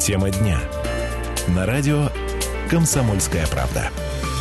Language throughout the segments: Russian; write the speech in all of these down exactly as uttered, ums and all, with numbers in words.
Тема дня. На радио «Комсомольская правда».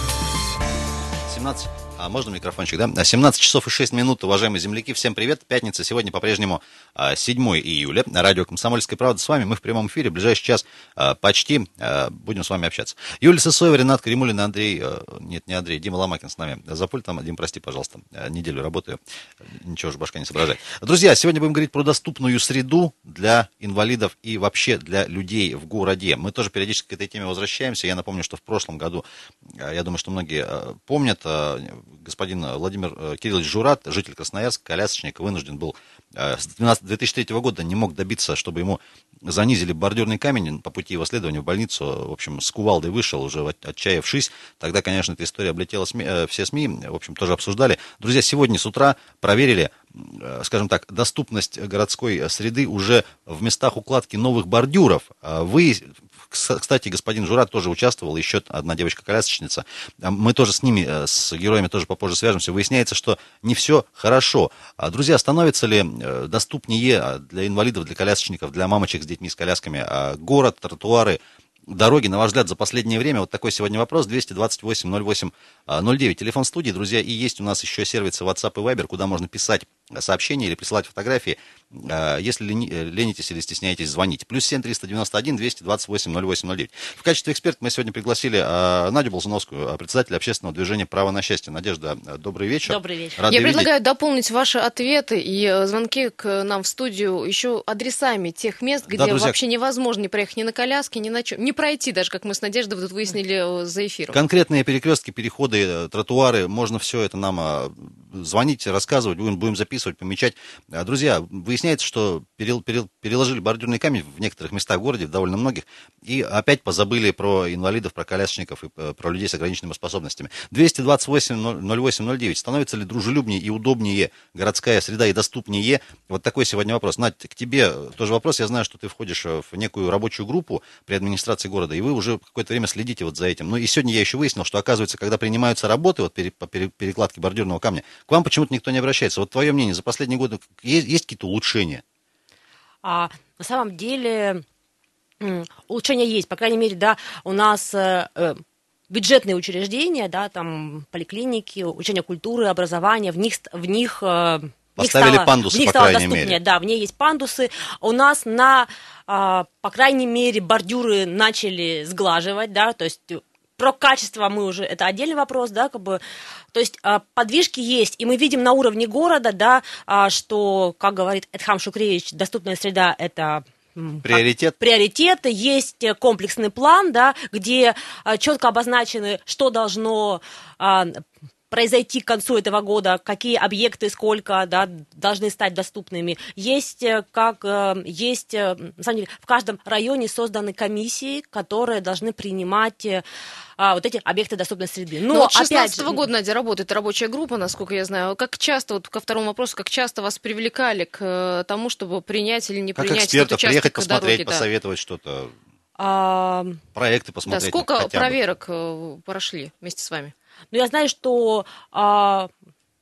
семнадцать А можно микрофончик, да? семнадцать часов и шесть минут, уважаемые земляки. Всем привет. Пятница. Сегодня по-прежнему седьмое июля. Радио «Комсомольская правда» с вами. Мы в прямом эфире. В ближайший час почти будем с вами общаться. Юлия Сысоева, Ренат Каримуллин, Андрей... Нет, не Андрей, Дима Ломакин с нами за пультом. Дим, прости, пожалуйста. Неделю работаю. Ничего же, башка не соображает. Друзья, сегодня будем говорить про доступную среду для инвалидов и вообще для людей в городе. Мы тоже периодически к этой теме возвращаемся. Я напомню, что в прошлом году, я думаю, что многие помнят, господин Владимир Кириллович Журат, житель Красноярска, колясочник, вынужден был с две тысячи третьего года не мог добиться, чтобы ему занизили бордюрный камень по пути его следования в больницу. В общем, с кувалдой вышел, уже отчаявшись. Тогда, конечно, эта история облетела СМИ, все СМИ, в общем, тоже обсуждали. Друзья, сегодня с утра проверили, скажем так, доступность городской среды уже в местах укладки новых бордюров. Вы... Кстати, господин Журат тоже участвовал, еще одна девочка-колясочница. Мы тоже с ними, с героями тоже попозже свяжемся. Выясняется, что не все хорошо. Друзья, становится ли доступнее для инвалидов, для колясочников, для мамочек с детьми, с колясками город, тротуары, дороги, на ваш взгляд, за последнее время? Вот такой сегодня вопрос. двести двадцать восемь ноль восемь ноль девять. Телефон студии, друзья. И есть у нас еще сервисы WhatsApp и Viber, куда можно писать сообщения или присылать фотографии. Если ленитесь или стесняетесь, звонить. Плюс семь триста девяносто один двести двадцать восемь ноль восемь ноль девять. В качестве эксперта мы сегодня пригласили Надю Болзуновскую, председателя общественного движения «Право на счастье». Надежда, добрый вечер. Добрый вечер. Рады Я видеть. предлагаю дополнить ваши ответы и звонки к нам в студию еще адресами тех мест, где Да, друзья, вообще невозможно не проехать ни на коляске, ни на чем. Не пройти даже, как мы с Надеждой вот выяснили за эфиром. Конкретные перекрестки, переходы, тротуары, можно все это нам звонить, рассказывать, будем, будем записывать, помечать. Друзья, выясняется, что перел, перел, переложили бордюрный камень в некоторых местах в городе, в довольно многих, и опять позабыли про инвалидов, про колясочников и про людей с ограниченными способностями. двести двадцать восемь ноль восемь ноль девять. Становится ли дружелюбнее и удобнее городская среда и доступнее? Вот такой сегодня вопрос. Надь, к тебе тоже вопрос. Я знаю, что ты входишь в некую рабочую группу при администрации города, и вы уже какое-то время следите вот за этим. Ну и сегодня я еще выяснил, что, оказывается, когда принимаются работы вот, по перекладке бордюрного камня, к вам почему-то никто не обращается. Вот твое мнение, за последние годы есть, есть какие-то улучшения? А, на самом деле улучшения есть. По крайней мере, да, у нас э, бюджетные учреждения, да, там поликлиники, учреждения культуры, образования, в них, в них э, поставили стало, пандусы, в них по стало крайней доступнее, мере. Да, в ней есть пандусы. У нас на, э, по крайней мере, бордюры начали сглаживать, да, то есть про качество мы уже, это отдельный вопрос, да, как бы, то есть подвижки есть, и мы видим на уровне города, да, что, как говорит Эдхам Шукревич, доступная среда – это приоритет. Приоритеты, есть комплексный план, да, где четко обозначены, что должно произойти к концу этого года, какие объекты, сколько, да, должны стать доступными. Есть, как, есть, на самом деле, в каждом районе созданы комиссии, которые должны принимать а, вот эти объекты доступной среды. Но, Но вот с опять шестнадцатого же, года, Надя, работает рабочая группа, насколько я знаю. Как часто, вот ко второму вопросу, как часто вас привлекали к тому, чтобы принять или не как принять эксперта, этот участок приехать посмотреть, дороги, посоветовать да. что-то, а, проекты посмотреть. Да, сколько хотя проверок бы. прошли вместе с вами? Ну, я знаю, что а,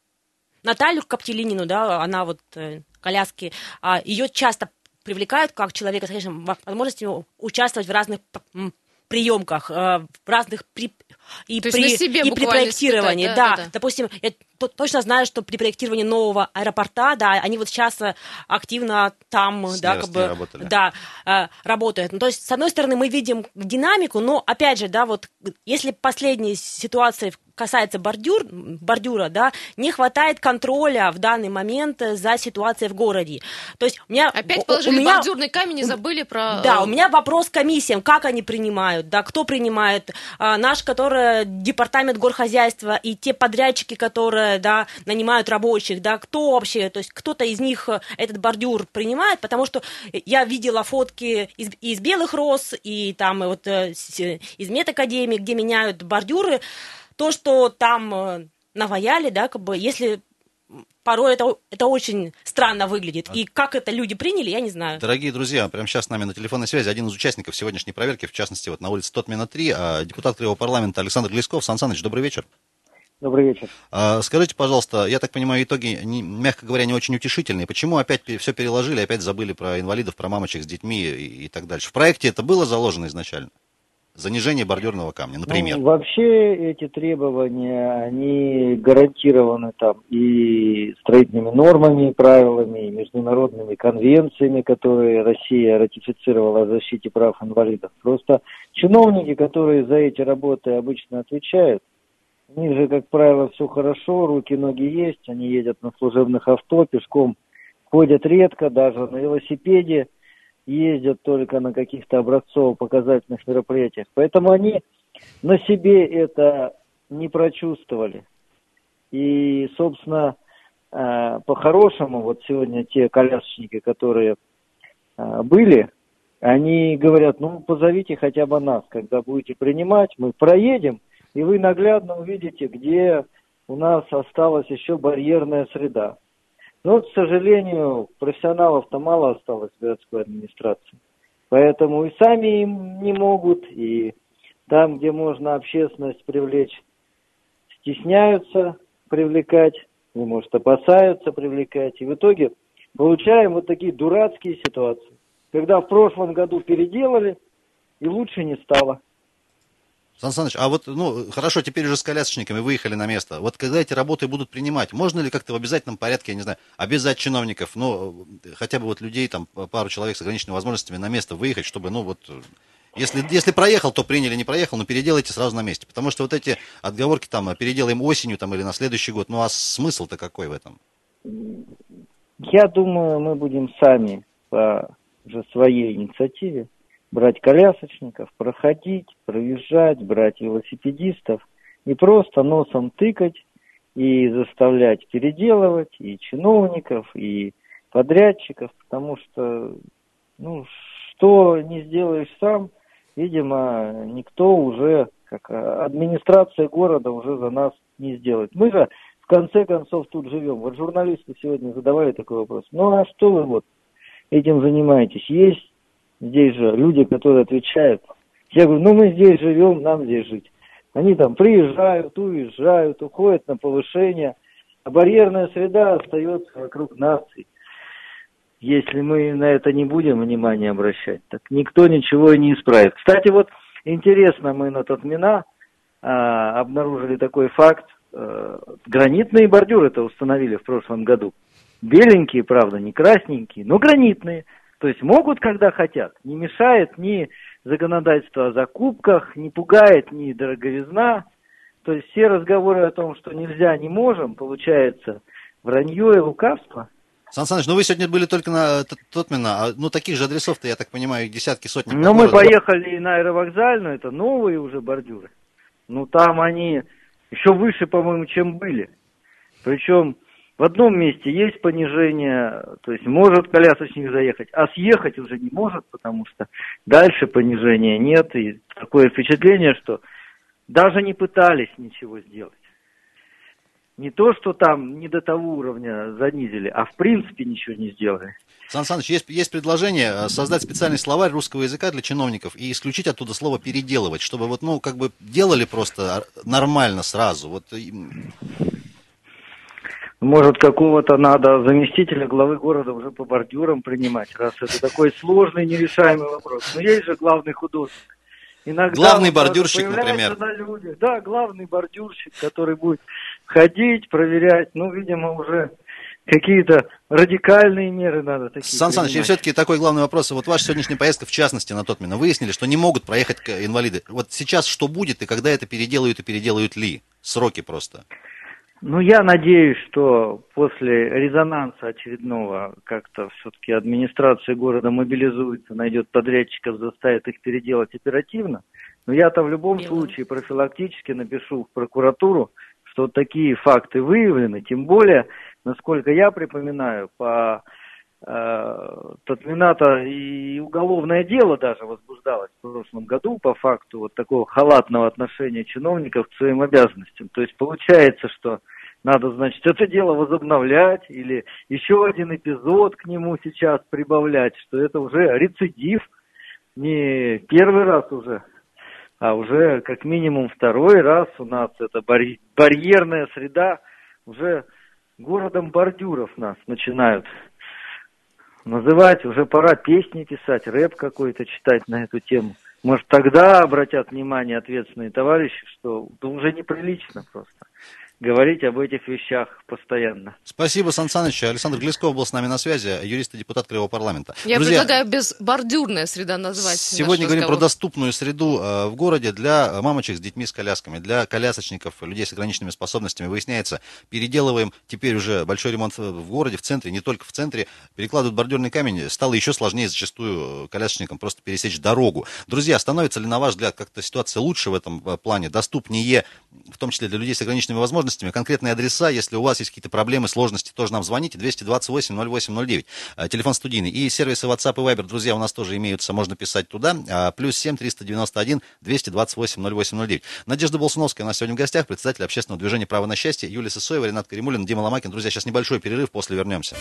Наталью Коптелинину, да, она вот э, коляски, а, ее часто привлекают как человека с конечно, возможностью участвовать в разных приемках, в разных при... и, То при... есть на себе и при проектировании. испытать, да, да, да, да. Допустим, я точно знаю, что при проектировании нового аэропорта, да, они вот сейчас активно там, с да, как бы, работали. да, работают. Ну, то есть, с одной стороны, мы видим динамику, но, опять же, да, вот, если последней ситуации касается бордюр, бордюра, да, не хватает контроля в данный момент за ситуацией в городе. То есть у меня... Опять у, положили у меня, бордюрный камень и забыли про... Да, у меня вопрос к комиссиям, как они принимают, да, кто принимает. А, наш, который департамент горхозяйства и те подрядчики, которые, да, нанимают рабочих, да, кто вообще, то есть кто-то из них этот бордюр принимает, потому что я видела фотки из, из Белых Роз и там вот из медакадемии, где меняют бордюры. То, что там наваяли, да, как бы, если порой это, это очень странно выглядит. И как это люди приняли, я не знаю. Дорогие друзья, прямо сейчас с нами на телефонной связи один из участников сегодняшней проверки, в частности, вот на улице Тотмина три, депутат Кривого парламента Александр Глесков. Сан Саныч, добрый вечер. Добрый вечер. А, скажите, пожалуйста, я так понимаю, итоги, не, мягко говоря, не очень утешительные. Почему опять все переложили, опять забыли про инвалидов, про мамочек с детьми и, и так дальше? В проекте это было заложено изначально? Занижение бордюрного камня, например. Ну, вообще эти требования, они гарантированы там и строительными нормами, и правилами, и международными конвенциями, которые Россия ратифицировала о защите прав инвалидов. Просто чиновники, которые за эти работы обычно отвечают, у них же, как правило, все хорошо, руки, ноги есть, они едут на служебных авто, пешком ходят редко, даже на велосипеде. Ездят только на каких-то образцово-показательных мероприятиях. Поэтому они на себе это не прочувствовали. И, собственно, по-хорошему, вот сегодня те колясочники, которые были, они говорят, ну, позовите хотя бы нас, когда будете принимать, мы проедем, и вы наглядно увидите, где у нас осталась еще барьерная среда. Но, к сожалению, профессионалов-то мало осталось в городской администрации. Поэтому и сами им не могут, и там, где можно общественность привлечь, стесняются привлекать, и, может, опасаются привлекать. И в итоге получаем вот такие дурацкие ситуации, когда в прошлом году переделали, и лучше не стало. Сан Саныч, а вот, ну, хорошо, теперь уже с колясочниками выехали на место. Вот когда эти работы будут принимать, можно ли как-то в обязательном порядке, я не знаю, обязать чиновников, ну, хотя бы вот людей, там, пару человек с ограниченными возможностями на место выехать, чтобы, ну, вот, если, если проехал, то приняли, не проехал, но переделайте сразу на месте. Потому что вот эти отговорки, там, переделаем осенью, там, или на следующий год, ну, а смысл-то какой в этом? Я думаю, мы будем сами по уже своей инициативе брать колясочников, проходить, проезжать, брать велосипедистов и просто носом тыкать и заставлять переделывать и чиновников, и подрядчиков, потому что, ну, что не сделаешь сам, видимо, никто уже, как администрация города уже за нас не сделает. Мы же, в конце концов, тут живем. Вот журналисты сегодня задавали такой вопрос. Ну, а что вы вот этим занимаетесь? Есть здесь же люди, которые отвечают. Я говорю, ну мы здесь живем, нам здесь жить. Они там приезжают, уезжают, уходят на повышение, а барьерная среда остается вокруг нас. Если мы на это не будем внимания обращать, так никто ничего и не исправит. Кстати, вот интересно, мы на Татмина а, обнаружили такой факт. А, гранитные бордюры это установили в прошлом году. Беленькие, правда, не красненькие, но гранитные. То есть могут, когда хотят. Не мешает ни законодательство о закупках, не пугает ни дороговизна. То есть все разговоры о том, что нельзя, не можем, получается вранье и лукавство. Сан Саныч, ну вы сегодня были только на Татмина, а, ну таких же адресов-то, я так понимаю, десятки, сотни. Ну мы поехали и на аэровокзальную, это новые уже бордюры. Ну там они еще выше, по-моему, чем были. Причем в одном месте есть понижение, то есть может колясочник заехать, а съехать уже не может, потому что дальше понижения нет. И такое впечатление, что даже не пытались ничего сделать. Не то, что там не до того уровня занизили, а в принципе ничего не сделали. Сан Саныч, есть, есть предложение создать специальный словарь русского языка для чиновников и исключить оттуда слово «переделывать», чтобы вот, ну, как бы делали просто нормально сразу. Вот. Может, какого-то надо заместителя главы города уже по бордюрам принимать, раз это такой сложный, нерешаемый вопрос. Но есть же главный художник. Иногда главный бордюрщик, например. На людях. Да, главный бордюрщик, который будет ходить, проверять. Ну, видимо, уже какие-то радикальные меры надо такие Сан Саныч, и все-таки такой главный вопрос. Вот ваша сегодняшняя поездка, в частности, на Татмина, выяснили, что не могут проехать инвалиды. Вот сейчас что будет и когда это переделают и переделают ли? Сроки просто. Ну, я надеюсь, что после резонанса очередного как-то все-таки администрация города мобилизуется, найдет подрядчиков, заставит их переделать оперативно. Но я-то в любом Белый. случае профилактически напишу в прокуратуру, что такие факты выявлены. Тем более, насколько я припоминаю, по э, Татмина-то и уголовное дело даже возбуждалось в прошлом году по факту вот такого халатного отношения чиновников к своим обязанностям. То есть получается, что надо, значит, это дело возобновлять или еще один эпизод к нему сейчас прибавлять, что это уже рецидив, не первый раз уже а уже как минимум второй раз у нас эта барь- барьерная среда, уже городом бордюров нас начинают называть, уже пора песни писать, рэп какой-то читать на эту тему. Может, тогда обратят внимание ответственные товарищи, что да уже неприлично просто говорить об этих вещах постоянно. Спасибо, Сан Саныч. Александр Глесков был с нами на связи, юрист и депутат Кривого парламента. Я Друзья, предлагаю безбордюрная среда назвать. сегодня говорим про доступную среду э, в городе для мамочек с детьми с колясками, для колясочников, людей с ограниченными способностями. Выясняется, переделываем теперь уже большой ремонт в городе, в центре, не только в центре. Перекладывают бордюрный камень. Стало еще сложнее зачастую колясочникам просто пересечь дорогу. Друзья, становится ли, на ваш взгляд, как-то ситуация лучше в этом плане, доступнее, в том числе для людей с ограниченными возможностями? Конкретные адреса, если у вас есть какие-то проблемы, сложности, тоже нам звоните. двести двадцать восемь ноль восемь ноль девять. Телефон студийный. И сервисы WhatsApp и Viber, друзья, у нас тоже имеются. Можно писать туда. Плюс семь триста девяносто один двести двадцать восемь ноль восемь ноль девять. Надежда Болсуновская у нас сегодня в гостях. Председатель общественного движения «Право на счастье». Юлия Сысоева, Ренат Каримуллин, Дима Ломакин. Друзья, сейчас небольшой перерыв. После вернемся.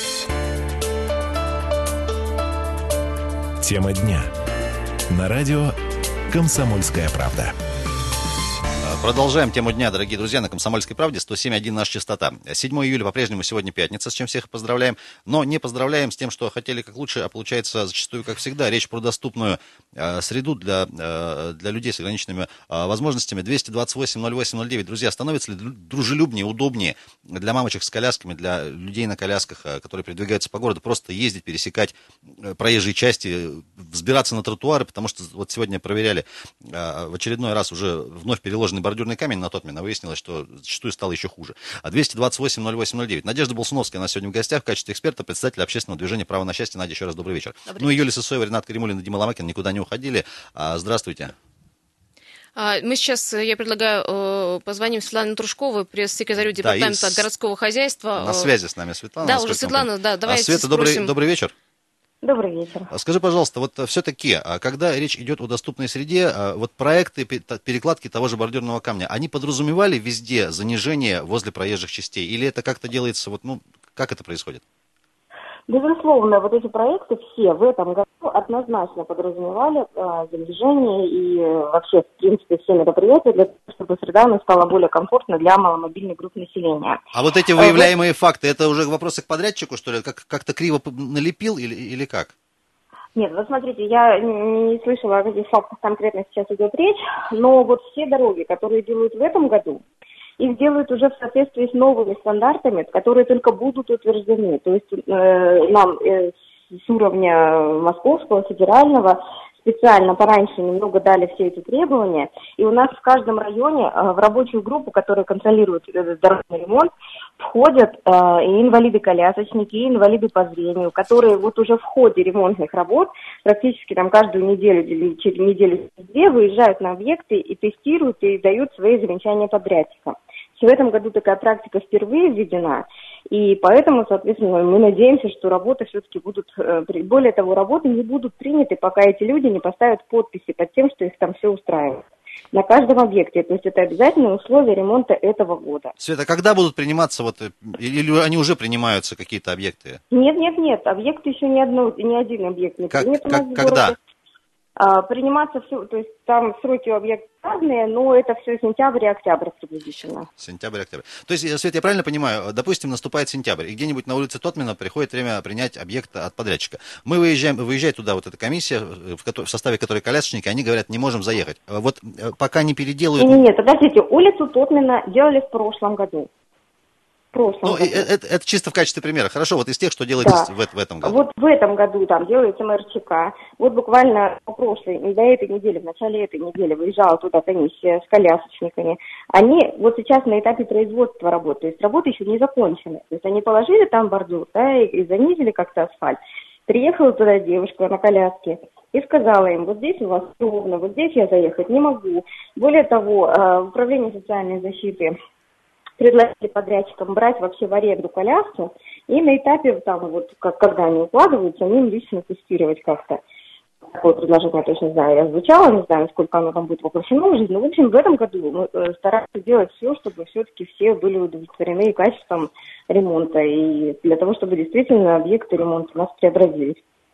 Тема дня. На радио «Комсомольская правда». Продолжаем тему дня, дорогие друзья, на «Комсомольской правде». сто семь и один наша частота. седьмого июля по-прежнему сегодня пятница, с чем всех поздравляем. Но не поздравляем с тем, что хотели как лучше, а получается зачастую как всегда. Речь про доступную э, среду для, э, для людей с ограниченными э, возможностями. двести двадцать восемь ноль восемь ноль девять. Друзья, становится ли дружелюбнее, удобнее для мамочек с колясками, для людей на колясках, э, которые передвигаются по городу, просто ездить, пересекать э, проезжие части, взбираться на тротуары, потому что вот сегодня проверяли э, в очередной раз уже вновь переложенный бордюрный камень на Тотмина, выяснилось, что зачастую стало еще хуже. двести двадцать восемь ноль восемь ноль девять. Надежда Болсуновская у нас сегодня в гостях в качестве эксперта, председатель общественного движения «Право на счастье». Надя, еще раз добрый вечер. Добрый ну вечер. И Юлия Сысоева, Ренат Каримуллин и Дима Ломакин никуда не уходили. Здравствуйте. Мы сейчас, я предлагаю, позвоним Светлане Трушковой, пресс-секретарю департамента да, городского хозяйства. На связи с нами Светлана. Да, уже Светлана, да, давайте Света, добрый, добрый вечер. Добрый вечер. Скажи, пожалуйста, вот все-таки, когда речь идет о доступной среде, вот проекты перекладки того же бордюрного камня, они подразумевали везде занижение возле проезжих частей? Или это как-то делается, вот, ну, как это происходит? Безусловно, вот эти проекты все в этом году однозначно подразумевали э, занижение и э, вообще, в принципе, все мероприятия для того, чтобы среда она стала более комфортной для маломобильных групп населения. А вот эти выявляемые э, факты, это уже вопросы к подрядчику, что ли? Как- как-то криво налепил или, или как? Нет, вот смотрите, я не, не слышала, о каких фактах конкретно сейчас идет речь, но вот все дороги, которые делают в этом году, их делают уже в соответствии с новыми стандартами, которые только будут утверждены. То есть э, нам э, с уровня московского, федерального специально пораньше немного дали все эти требования. И у нас в каждом районе э, в рабочую группу, которая контролирует этот дорожный ремонт, входят э, и инвалиды-колясочники, и инвалиды по зрению, которые вот уже в ходе ремонтных работ практически там каждую неделю или через неделю-две выезжают на объекты и тестируют, и дают свои замечания подрядчикам. В этом году такая практика впервые введена, и поэтому, соответственно, мы надеемся, что работы все-таки будут, более того, работы не будут приняты, пока эти люди не поставят подписи под тем, что их там все устраивает. На каждом объекте, то есть это обязательное условие ремонта этого года. Света, когда будут приниматься, вот, или они уже принимаются, какие-то объекты? Нет, нет, нет, объект еще ни, одно, ни один объект не как, принят у нас как, в когда? городе. А, приниматься все, то есть там сроки у объекта разные, но это все сентябрь и октябрь приблизительно. Сентябрь, октябрь. То есть, Свет, я правильно понимаю, допустим, наступает сентябрь, и где-нибудь на улице Тотмина приходит время принять объект от подрядчика. Мы выезжаем, выезжает туда вот эта комиссия, в, ко- в составе которой колясочники, они говорят, не можем заехать. Вот пока не переделают... Нет, нет, подождите, улицу Тотмина делали в прошлом году. прошлом ну, году. Это, это чисто в качестве примера. Хорошо, вот из тех, что делается да. в, в этом году. Вот в этом году там делается МРЧК. Вот буквально по прошлой, до этой недели, в начале этой недели выезжала туда комиссия с колясочниками. Они вот сейчас на этапе производства работают, то есть работы еще не закончены. То есть они положили там бордюр, да, и, и занизили как-то асфальт. Приехала туда девушка на коляске и сказала им, вот здесь у вас ровно, вот здесь я заехать не могу. Более того, управление социальной защиты предложили подрядчикам брать вообще в аренду коляску и на этапе, там, вот, как, когда они укладываются, они им лично тестировать как-то. Такое предложение я точно знаю, я звучала, не знаю, сколько оно там будет воплощено в жизнь. Но, в общем, в этом году мы стараемся делать все, чтобы все-таки все были удовлетворены качеством ремонта и для того, чтобы действительно объекты ремонта у нас преобразились.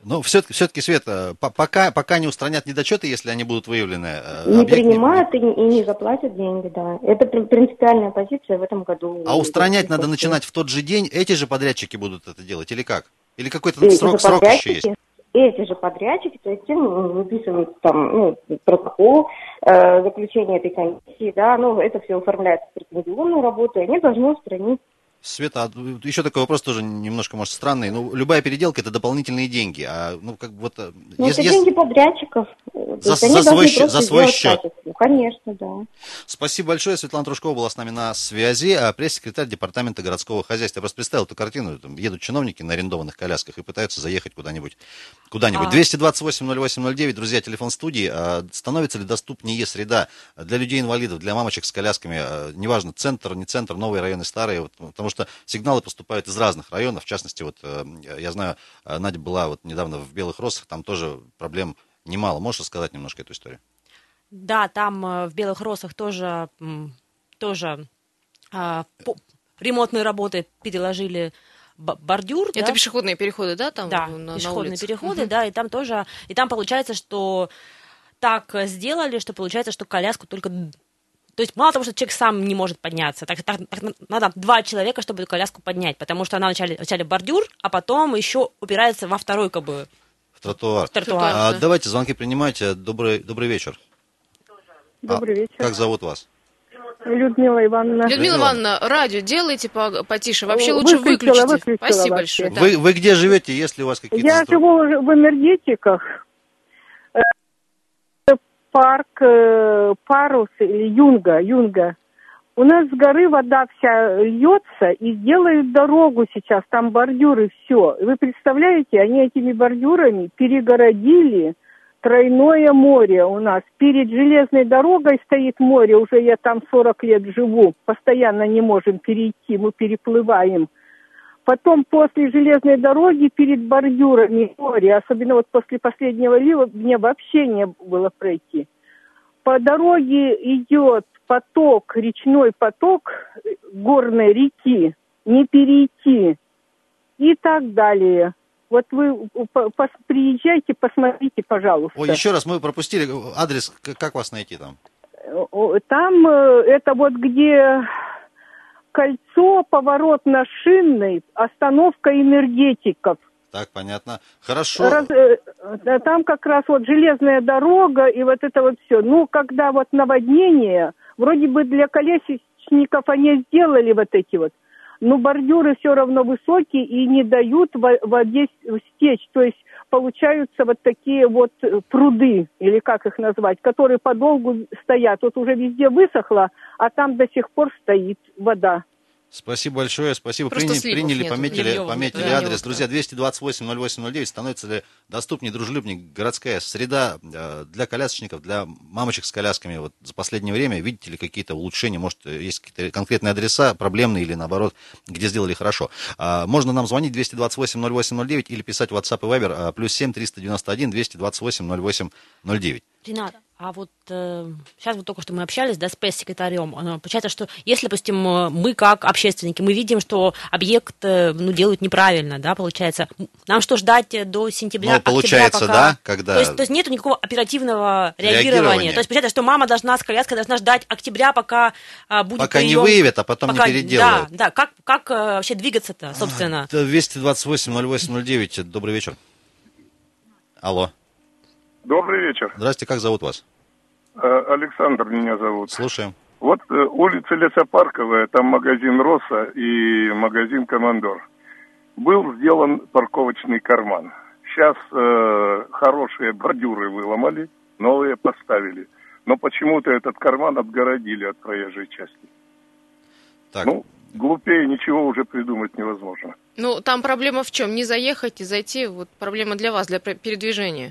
Но все-таки, все-таки, Света, пока, пока не устранят недочеты, если они будут выявлены... Не принимают не... и не заплатят деньги, да. Это принципиальная позиция в этом году. А устранять надо начинать в тот же день? Эти же подрядчики будут это делать или как? Или какой-то срок, срок еще есть? Эти же подрядчики, то есть им выписывают там, ну, протокол э, заключения этой комиссии, да, ну, это все оформляется в претензионную работу, и они должны устранить. Света, еще такой вопрос тоже немножко, может, странный. Ну, любая переделка – это дополнительные деньги. А, ну, как бы вот... Ну, это деньги подрядчиков. За, за свой, за свой счет. Качество. Конечно, да. Спасибо большое. Светлана Трушкова была с нами на связи. Пресс-секретарь Департамента городского хозяйства. Я просто представил эту картину. Там едут чиновники на арендованных колясках и пытаются заехать куда-нибудь. куда-нибудь. А. двести двадцать восемь ноль восемь ноль девять, друзья, телефон студии. Становится ли доступнее среда для людей-инвалидов, для мамочек с колясками? Неважно, центр, не центр, новые районы, старые. Вот, потому что сигналы поступают из разных районов. В частности, вот я знаю, Надя была вот недавно в Белых Росах, там тоже проблем немало. Можешь рассказать немножко эту историю? Да, там в Белых Росах тоже, тоже а, по, ремонтные работы переложили бордюр. Это да? пешеходные переходы, да? Там да, на, пешеходные на переходы, угу. да, и там тоже, и там получается, что так сделали, что получается, что коляску только... То есть мало того, что человек сам не может подняться, так, так, так надо два человека, чтобы эту коляску поднять, потому что она вначале, вначале бордюр, а потом еще упирается во второй, как бы... В тротуар. В тротуар. А, да. Давайте звонки принимайте. Добрый, добрый вечер. Добрый а, вечер. Как зовут вас? Людмила Ивановна. Людмила Ивановна, радио делайте потише. Вообще лучше выключите. Выключила Спасибо вообще. большое. Да. Вы, вы где живете, если у вас какие-то... Я стру... живу в энергетиках. Парк Парус или Юнга. Юнга. У нас с горы вода вся льется и делают дорогу сейчас, там бордюры, все. Вы представляете, они этими бордюрами перегородили тройное море у нас. Перед железной дорогой стоит море, уже я там сорок лет живу, постоянно не можем перейти, мы переплываем. Потом после железной дороги перед бордюрами море, особенно вот после последнего лива, мне вообще не было пройти. По дороге идет поток, речной поток горной реки, не перейти и так далее. Вот вы пос, приезжайте, посмотрите, пожалуйста. Ой, еще раз, мы пропустили адрес, как вас найти там? Там это вот где кольцо, поворот на Шинной, остановка энергетиков. Так, понятно. Хорошо. Раз, там как раз вот железная дорога и вот это вот все. Ну, когда вот наводнение, вроде бы для колясочников они сделали вот эти вот, но бордюры все равно высокие и не дают воде стечь. То есть получаются вот такие вот пруды, или как их назвать, которые подолгу стоят. Вот уже везде высохло, а там до сих пор стоит вода. Спасибо большое, спасибо. Приняли, приняли нет, пометили, миллион, пометили да, адрес. Друзья, двести двадцать восемь ноль восемь ноль девять. Становится ли доступнее, дружелюбнее городская среда для колясочников, для мамочек с колясками? Вот за последнее время видите ли какие-то улучшения? Может, есть какие-то конкретные адреса, проблемные или наоборот, где сделали хорошо? Можно нам звонить двести двадцать восемь ноль восемь ноль девять или писать в WhatsApp и Viber плюс семь триста девяносто один двести двадцать восемь ноль восемь ноль девять. Ренат, а вот э, сейчас вот только что мы общались, да, с пресс-секретарем. Получается, что если, допустим, мы как общественники, мы видим, что объект, ну, делают неправильно, да, получается, нам что, ждать до сентября, ну, получается, октября, пока... да, когда... То есть, то есть нету никакого оперативного реагирования. реагирования. То есть, получается, что мама должна с коляской должна ждать октября, пока а, будет Пока прием, не выявят, а потом пока... не переделают. Да, да, как, как а, вообще двигаться-то, собственно? двести двадцать восемь ноль восемь ноль девять, добрый вечер. Алло. Добрый вечер. Здравствуйте, как зовут вас? Александр меня зовут. Слушаем. Вот э, улица Лесопарковая, там магазин «Роса» и магазин «Командор». Был сделан парковочный карман. Сейчас э, хорошие бордюры выломали, новые поставили. Но почему-то этот карман отгородили от проезжей части. Так. Ну, глупее ничего уже придумать невозможно. Ну, там проблема в чем? Не заехать и зайти. Вот проблема для вас, для передвижения.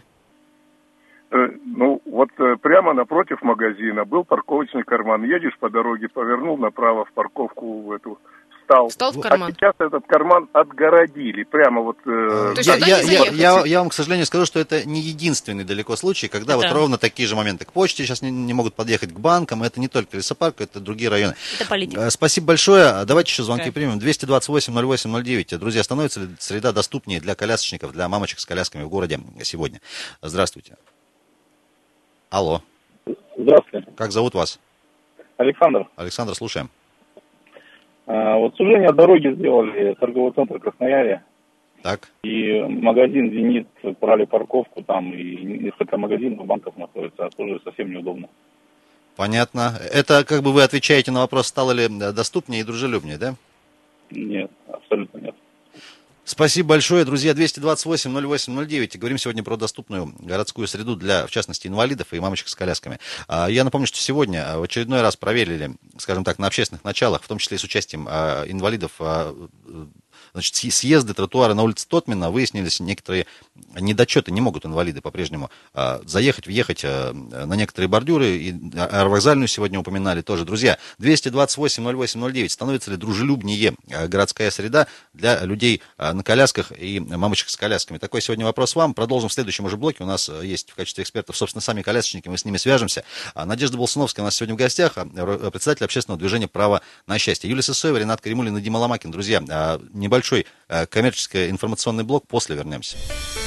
Ну, вот прямо напротив магазина был парковочный карман. Едешь по дороге, повернул направо в парковку в эту встал. Встал в карман. А сейчас этот карман отгородили. Прямо вот... Э... То есть я, туда я, не я, заехать? я, я вам, к сожалению, скажу, что это не единственный далеко случай, когда Это- вот ровно такие же моменты. К почте сейчас не, не могут подъехать, к банкам. Это не только лесопарк, это другие районы. Это политика. Э, Спасибо большое. Давайте еще звонки Да. примем. двести двадцать восемь ноль восемь ноль девять. Друзья, становится ли среда доступнее для колясочников, для мамочек с колясками в городе сегодня? Здравствуйте. Алло. Здравствуйте. Как зовут вас? Александр. Александр, слушаем. А, вот сужение от дороги сделали торговый центр Красноярье. Так. И магазин «Зенит» брали парковку там, и несколько магазинов, банков находится. Тоже совсем неудобно. Понятно. Это как бы вы отвечаете на вопрос, стало ли доступнее и дружелюбнее, да? Нет, абсолютно нет. Спасибо большое, друзья. двести двадцать восемь ноль восемь ноль девять. Говорим сегодня про доступную городскую среду для, в частности, инвалидов и мамочек с колясками. Я напомню, что сегодня в очередной раз проверили, скажем так, на общественных началах, в том числе и с участием инвалидов, значит, съезды, тротуары на улице Тотмина. Выяснились некоторые недочеты. Не могут инвалиды по-прежнему заехать, въехать на некоторые бордюры. И аэровокзальную сегодня упоминали тоже. Друзья, двести двадцать восемь ноль восемь ноль девять. Становится ли дружелюбнее городская среда для людей на колясках и мамочек с колясками? Такой сегодня вопрос вам. Продолжим в следующем уже блоке. У нас есть в качестве экспертов, собственно, сами колясочники. Мы с ними свяжемся. Надежда Болсуновская у нас сегодня в гостях, председатель общественного движения «Право на счастье». Юлия Сысоева, Ренат Каримуллин и Дима Ломакин. Друзья, небольшой коммерческий информационный блок. После вернемся.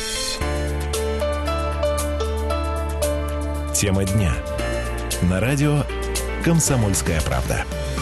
Тема дня. На радио «Комсомольская правда».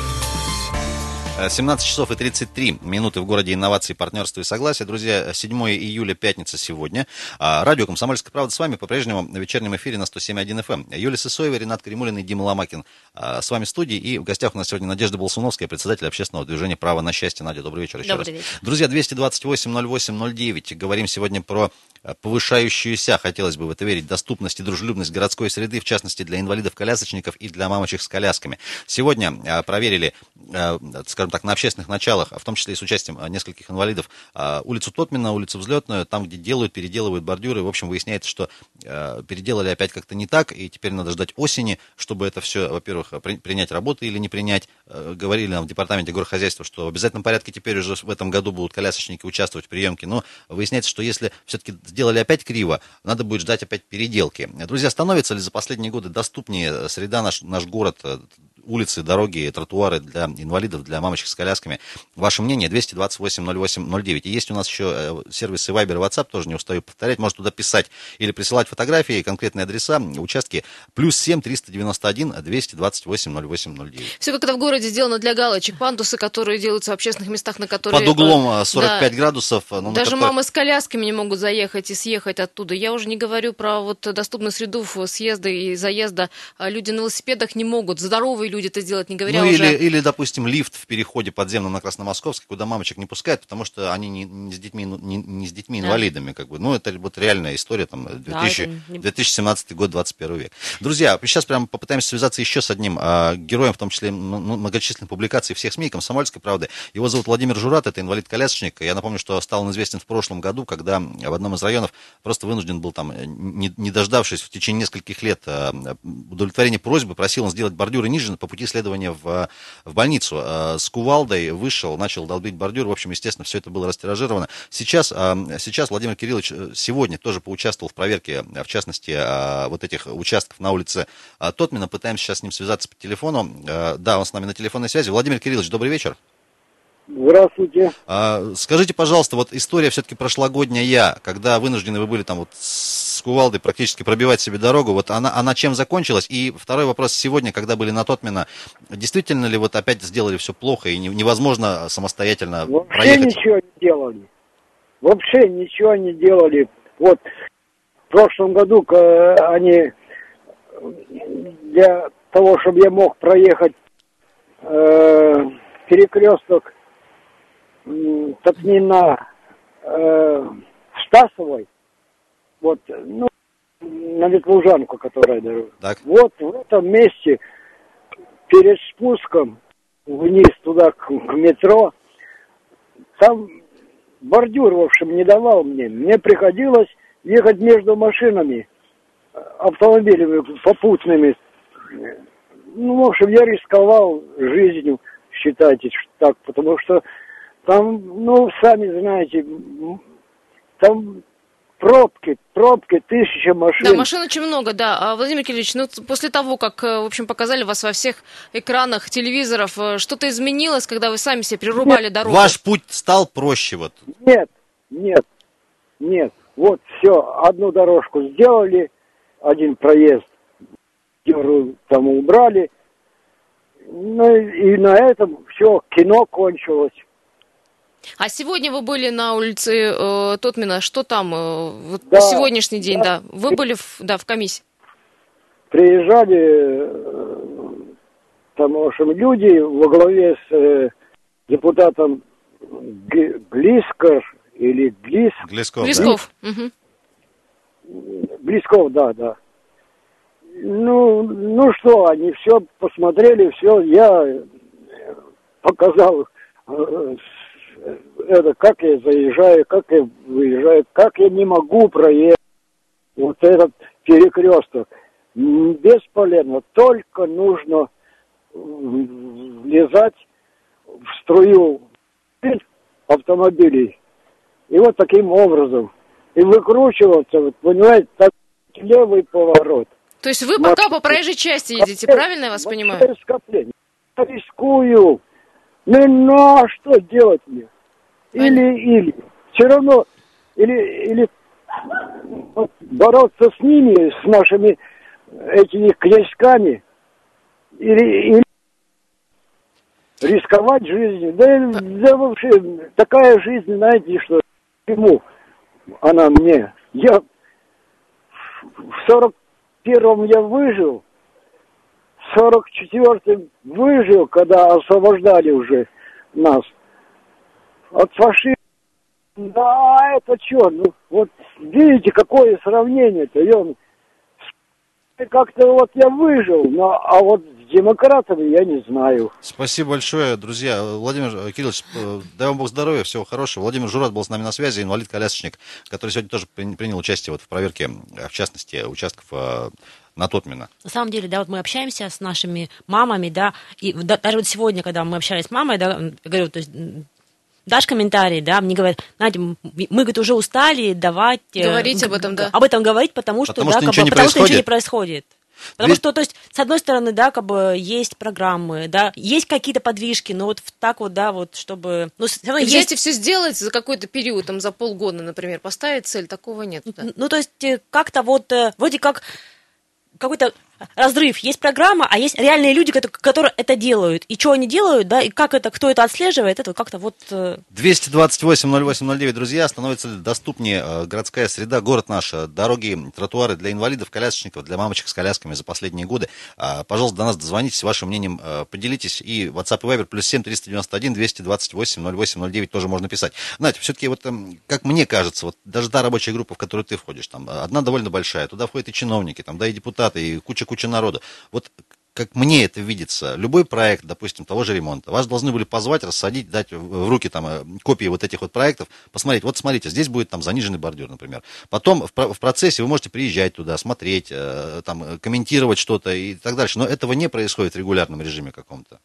семнадцать часов и тридцать три минуты в городе инноваций, партнерства и согласия. Друзья, седьмого июля, пятница сегодня. Радио «Комсомольская правда» с вами по-прежнему в вечернем эфире на сто семь и один эф эм. Юлия Сысоева, Ренат Каримуллин и Дима Ломакин с вами в студии. И в гостях у нас сегодня Надежда Болсуновская, председатель общественного движения «Право на счастье». Надя, добрый вечер еще Добрый раз. вечер. Друзья, двести двадцать восемь ноль восемь ноль девять. Говорим сегодня про повышающуюся, хотелось бы в это верить, доступность и дружелюбность городской среды, в частности, для инвалидов-колясочников и для мамочек с колясками. Сегодня проверили, скажем так, на общественных началах, в том числе и с участием нескольких инвалидов, улицу Тотмина, улицу Взлетную, там, где делают, переделывают бордюры. В общем, выясняется, что переделали опять как-то не так, и теперь надо ждать осени, чтобы это все, во-первых, принять работы или не принять. Говорили нам в департаменте горхозяйства, что в обязательном порядке теперь уже в этом году будут колясочники участвовать в приемке, но выясняется, что если все-таки сделали опять криво, надо будет ждать опять переделки. Друзья, становится ли за последние годы доступнее среда, наш, наш город, улицы, дороги, тротуары для инвалидов, для мамочек с колясками? Ваше мнение двести двадцать восемь ноль восемь ноль девять. И есть у нас еще сервисы Viber и WhatsApp, тоже не устаю повторять. Можно туда писать или присылать фотографии, конкретные адреса, участки. Плюс семь триста девяносто один двести двадцать восемь ноль восемь ноль девять. Все как это в городе сделано для галочек. Пандусы, которые делаются в общественных местах, на которые... Под углом сорок пять да, градусов. Ну, даже которых... мамы с колясками не могут заехать и съехать оттуда. Я уже не говорю про вот доступную среду съезда и заезда. Люди на велосипедах не могут. Здоровые люди это сделать, не говоря ну, уже... Или, или, допустим, лифт в переходе подземном на Красномосковской, куда мамочек не пускают, потому что они не, не с детьми, не, не с детьми инвалидами. Как бы. Ну, это вот реальная история, там, две тысячи семнадцатый год, двадцать первый век. Друзья, сейчас прямо попытаемся связаться еще с одним а, героем, в том числе многочисленных публикаций всех СМИ, «Комсомольской правды». Его зовут Владимир Журат, это инвалид-колясочник. Я напомню, что стал он известен в прошлом году, когда в одном из районов просто вынужден был, там, не, не дождавшись в течение нескольких лет а, удовлетворения просьбы, просил он сделать бордюры ниже по пути следования в, в больницу. А, с кувалдой вышел, начал долбить бордюр. В общем, естественно, все это было растиражировано. Сейчас, а, сейчас Владимир Кириллович сегодня тоже поучаствовал в проверке, в частности, а, вот этих участков на улице а, Тотмина. Пытаемся сейчас с ним связаться по телефону. А, да, он с нами на телефонной связи. Владимир Кириллович, добрый вечер. Здравствуйте. А, скажите, пожалуйста, вот история все-таки прошлогодняя, когда вынуждены вы были там вот с кувалдой практически пробивать себе дорогу, вот она, она чем закончилась? И второй вопрос сегодня, когда были на Тотмина, действительно ли вот опять сделали все плохо и невозможно самостоятельно Вообще проехать? Вообще ничего не делали. Вообще ничего не делали. Вот в прошлом году они для того, чтобы я мог проехать э, перекресток Тотмина э, Стасовой, вот, ну, на Ветлужанку, которая дорога. Так. Вот в этом месте перед спуском вниз туда к, к метро, там бордюр, в общем, не давал мне. Мне приходилось ехать между машинами, автомобилями попутными. Ну, в общем, я рисковал жизнью. считайте, что так, потому что там, ну, сами знаете, там пробки, пробки, тысяча машин. Да, машин очень много, да. А, Владимир Кириллович, ну, после того, как, в общем, показали вас во всех экранах телевизоров, что-то изменилось, когда вы сами себе прирубали Нет. дорогу? Ваш путь стал проще вот? Нет, нет, нет. Вот все, одну дорожку сделали, один проезд там убрали, ну и на этом все, кино кончилось. А сегодня вы были на улице э, Тотмина, что там э, вот Да, на сегодняшний день, да. да? Вы были в, да, в комиссии? Приезжали э, там, в общем, люди во главе с э, депутатом Г- Глисков или Глис... Глесков, Глесков. Угу. Глисков, да, да. Ну, ну что, они все посмотрели, все, я показал, э, это, как я заезжаю, как я выезжаю, как я не могу проехать вот этот перекресток. Бесполезно, только нужно влезать в струю автомобилей. И вот таким образом. И выкручиваться, вот, понимаете, так левый поворот. То есть вы пока по проезжей части едете, правильно я вас понимаю? Скопление. Я рискую. Ну, ну, а что делать мне? Или, или. Все равно, или, или вот, бороться с ними, с нашими этими князьками, или, или рисковать жизнью. Да, да вообще, такая жизнь, знаете, что ему она мне. Я в сорок первом я выжил, в сорок четвертом выжил, когда освобождали уже нас от фашизма. Да, это что? Ну, вот видите, какое сравнение-то. Я, как-то вот я выжил, но, а вот с демократами я не знаю. Спасибо большое, друзья. Владимир Кириллович, дай вам Бог здоровья, всего хорошего. Владимир Журат был с нами на связи, инвалид-колясочник, который сегодня тоже принял участие вот в проверке, в частности, участков на Тотмина. На самом деле, да, вот мы общаемся с нашими мамами, да, и да, даже вот сегодня, когда мы общались с мамой, да, говорю, то есть дашь комментарий, да, мне говорят, Надя, мы, говорит, уже устали давать... Говорить об этом, да. Об этом говорить, потому что, потому да, что, как ничего, бы, не потому что ничего не происходит. происходит. Потому Ведь... что, то есть, с одной стороны, да, как бы есть программы, да, есть какие-то подвижки, но вот так вот, да, вот, чтобы... Ну, все равно взять есть... и все сделать за какой-то период, там, за полгода, например, поставить цель, такого нет. Да. Ну, то есть, как-то вот, вроде как какой-то разрыв. Есть программа, а есть реальные люди, которые это делают. И что они делают, да, и как это, кто это отслеживает, это как-то вот... двести двадцать восемь ноль восемь ноль девять, друзья, становится доступнее городская среда, город наш, дороги, тротуары для инвалидов, колясочников, для мамочек с колясками за последние годы. Пожалуйста, до нас дозвонитесь, вашим мнением поделитесь. И WhatsApp и Viber плюс семь триста девяносто один двести двадцать восемь ноль восемь ноль девять тоже можно писать. Надя, все-таки вот, как мне кажется, вот даже та рабочая группа, в которую ты входишь, там одна довольно большая, туда входят и чиновники, там, да, и депутаты, и куча-куча народу. Вот как мне это видится, любой проект, допустим, того же ремонта, вас должны были позвать, рассадить, дать в руки там копии вот этих вот проектов, посмотреть, вот смотрите, здесь будет там заниженный бордюр, например. Потом в, в процессе вы можете приезжать туда, смотреть, там, комментировать что-то и так дальше, но этого не происходит в регулярном режиме каком-то.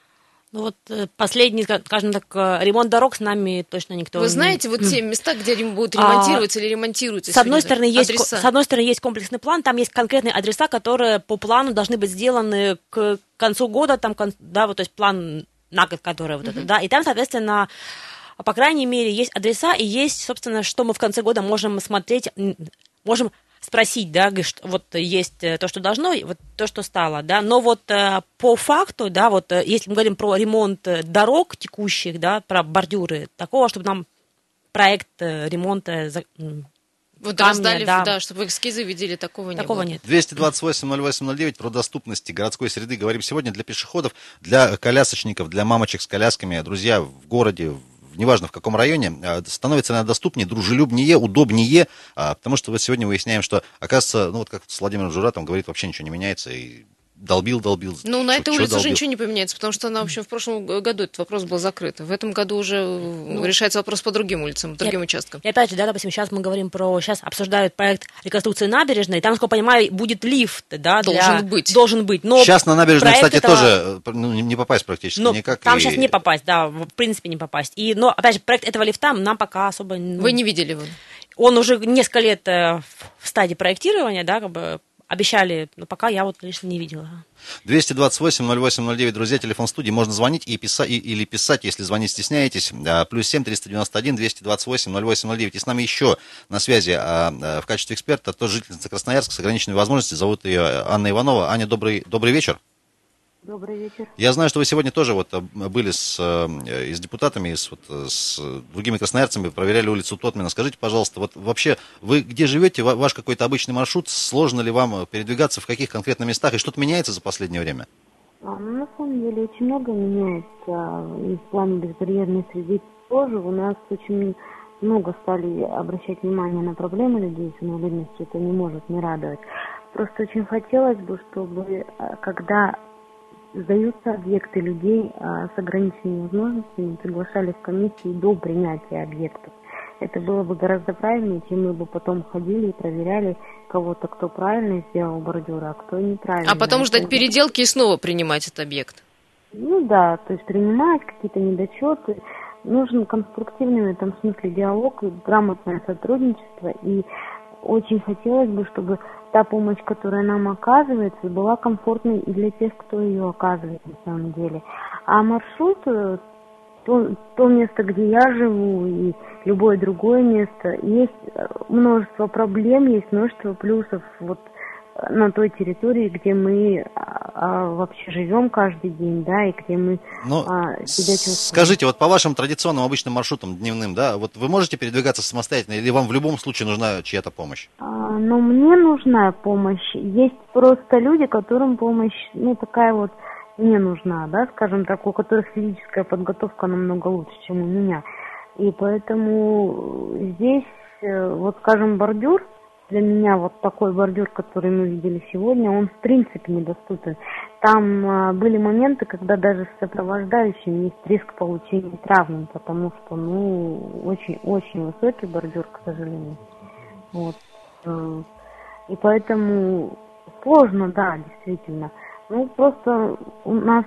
Ну вот последний, скажем так, ремонт дорог с нами точно никто... Вы знаете вот те места, где будут ремонтироваться а, или ремонтируются? С одной, стороны, есть, с одной стороны, есть комплексный план, там есть конкретные адреса, которые по плану должны быть сделаны к концу года, там, да, вот, то есть план на год, который вот uh-huh. это, да, и там, соответственно, по крайней мере, есть адреса и есть, собственно, что мы в конце года можем смотреть, можем... спросить, да, вот есть то, что должно, вот то, что стало, да, но вот по факту, да, вот если мы говорим про ремонт дорог текущих, да, про бордюры, такого, чтобы нам проект ремонта вот камня, раздали, да, да, чтобы эскизы видели, такого, такого не было. нет. двести двадцать восемь ноль восемь ноль девять про доступность городской среды говорим сегодня для пешеходов, для колясочников, для мамочек с колясками, друзья, в городе, неважно в каком районе, становится она доступнее, дружелюбнее, удобнее, потому что вот сегодня выясняем, что, оказывается, ну вот как с Владимиром Журатом говорит, вообще ничего не меняется, и долбил, долбил. Ну, на Чё- этой чё улице уже долбил? ничего не поменяется, потому что она, в общем, в прошлом году этот вопрос был закрыт. В этом году уже ну, решается вопрос по другим улицам, по другим и, участкам. И опять же, да, допустим, сейчас мы говорим про, сейчас обсуждают проект реконструкции набережной, там, насколько я понимаю, будет лифт, да, Должен для... быть. Должен быть. Но Сейчас на набережную, проект кстати, этого... тоже ну, не попасть практически Ну, никак. там и... сейчас не попасть, да, в принципе не попасть. И, но, опять же, проект этого лифта нам пока особо... Ну, Вы не видели его? Он уже несколько лет э, в стадии проектирования, да, как бы обещали, но пока я вот лично не видела. двести двадцать восемь ноль восемь ноль девять, друзья, телефон студии, можно звонить и писать, и, или писать, если звонить стесняетесь, а, плюс семь триста девяносто один двести двадцать восемь ноль восемь ноль девять. И с нами еще на связи а, а, в качестве эксперта тоже жительница Красноярска с ограниченными возможностями, зовут ее Анна Иванова. Аня, добрый, добрый вечер. Добрый вечер. Я знаю, что вы сегодня тоже вот были с, и с депутатами, и с, вот, с другими красноярцами, проверяли улицу Тотмина. Скажите, пожалуйста, вот вообще вы где живете, ваш какой-то обычный маршрут, сложно ли вам передвигаться, в каких конкретно местах, и что-то меняется за последнее время? А, ну, на самом деле очень много меняется, и в плане безбарьерной среды тоже. У нас очень много стали обращать внимание на проблемы людей с инвалидностью, это не может не радовать. Просто очень хотелось бы, чтобы когда сдаются объекты людей а, с ограниченными возможностями, приглашали в комиссии до принятия объектов. Это было бы гораздо правильнее, чем мы бы потом ходили и проверяли кого-то, кто правильно сделал бордюры, а кто неправильно. А потом ждать Это... переделки и снова принимать этот объект. Ну да, то есть принимать какие-то недочеты. Нужен конструктивный в этом смысле диалог, грамотное сотрудничество. И очень хотелось бы, чтобы та помощь, которая нам оказывается, была комфортной и для тех, кто ее оказывает на самом деле. А маршрут, то, то место, где я живу, и любое другое место, есть множество проблем, есть множество плюсов вот на той территории, где мы а, вообще живем каждый день, да, и где мы ну, а, себя чувствуем. Скажите, вот по вашим традиционным обычным маршрутам дневным, да, вот вы можете передвигаться самостоятельно, или вам в любом случае нужна чья-то помощь? А, ну, мне нужна помощь. Есть просто люди, которым помощь, ну, такая вот не нужна, да, скажем так, у которых физическая подготовка намного лучше, чем у меня. И поэтому здесь, вот, скажем, бордюр, для меня вот такой бордюр, который мы видели сегодня, он в принципе недоступен. Там а, были моменты, когда даже с сопровождающим есть риск получения травм, потому что, ну, очень-очень высокий бордюр, к сожалению. Вот. И поэтому сложно, да, действительно. Ну, просто у нас,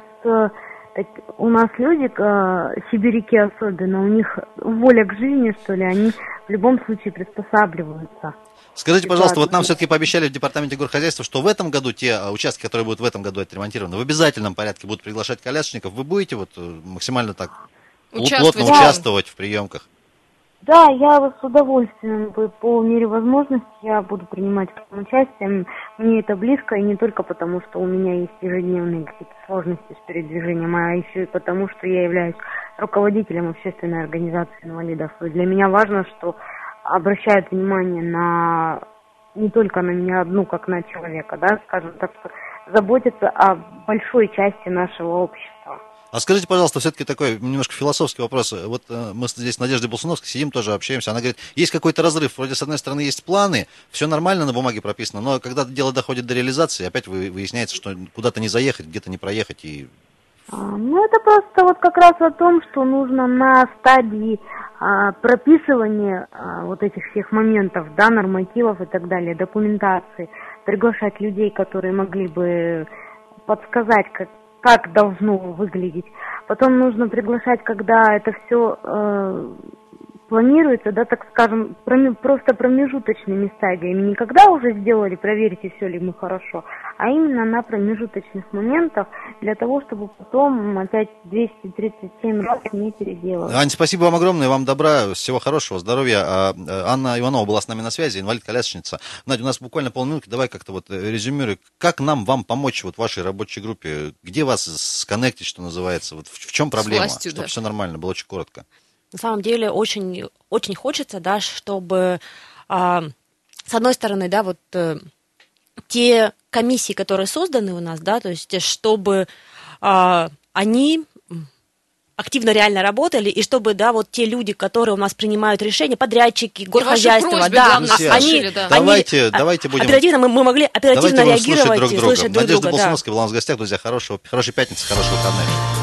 у нас люди, сибиряки особенно, у них воля к жизни, что ли, они в любом случае приспосабливаются. Скажите, пожалуйста, вот нам все-таки пообещали в департаменте горхозяйства, что в этом году те участки, которые будут в этом году отремонтированы, в обязательном порядке будут приглашать колясочников. Вы будете вот максимально так участвовать, плотно да. участвовать в приемках? Да, я с удовольствием, по мере возможности, я буду принимать в этом участие. Мне это близко, и не только потому, что у меня есть ежедневные какие-то сложности с передвижением, а еще и потому, что я являюсь руководителем общественной организации инвалидов. И для меня важно, что обращают внимание на не только на меня одну, как на человека, да, скажем так, заботятся о большой части нашего общества. А скажите, пожалуйста, все-таки такой немножко философский вопрос. Вот э, мы здесь с Надеждой Болсуновской сидим, тоже общаемся. Она говорит, есть какой-то разрыв. Вроде, с одной стороны, есть планы, все нормально на бумаге прописано, но когда дело доходит до реализации, опять выясняется, что куда-то не заехать, где-то не проехать. И... А, ну, это просто вот как раз о том, что нужно на стадии а, прописывания а, вот этих всех моментов, да, нормативов и так далее, документации, приглашать людей, которые могли бы подсказать, как как должно выглядеть. Потом нужно приглашать, когда это все э, планируется, да, так скажем, проме, просто промежуточными стадиями. Не когда уже сделали, проверите, все ли мы хорошо, а именно на промежуточных моментах, для того, чтобы потом опять двести тридцать семь раз не переделывать. Ань, спасибо вам огромное, вам добра, всего хорошего, здоровья. Анна Иванова была с нами на связи, инвалид-колясочница. Надя, у нас буквально полминутки, давай как-то вот резюмируй, как нам, вам помочь вот в вашей рабочей группе, где вас сконнектить, что называется, вот в, в чем проблема, властью, чтобы да. все нормально было, очень коротко. На самом деле очень, очень хочется, да, чтобы, а, с одной стороны, да, вот э, те комиссии, которые созданы у нас, да, то есть чтобы а, они активно реально работали, и чтобы, да, вот те люди, которые у нас принимают решения, подрядчики, горхозяйство, да, Друзья, они, да. Давайте, они, давайте будем... Оперативно мы, мы могли оперативно давайте реагировать слушать друг и друга. слышать друг Надежда друга. Болсуновская Да. была у нас в гостях, друзья, хорошего, хорошей пятницы, хорошего выходного.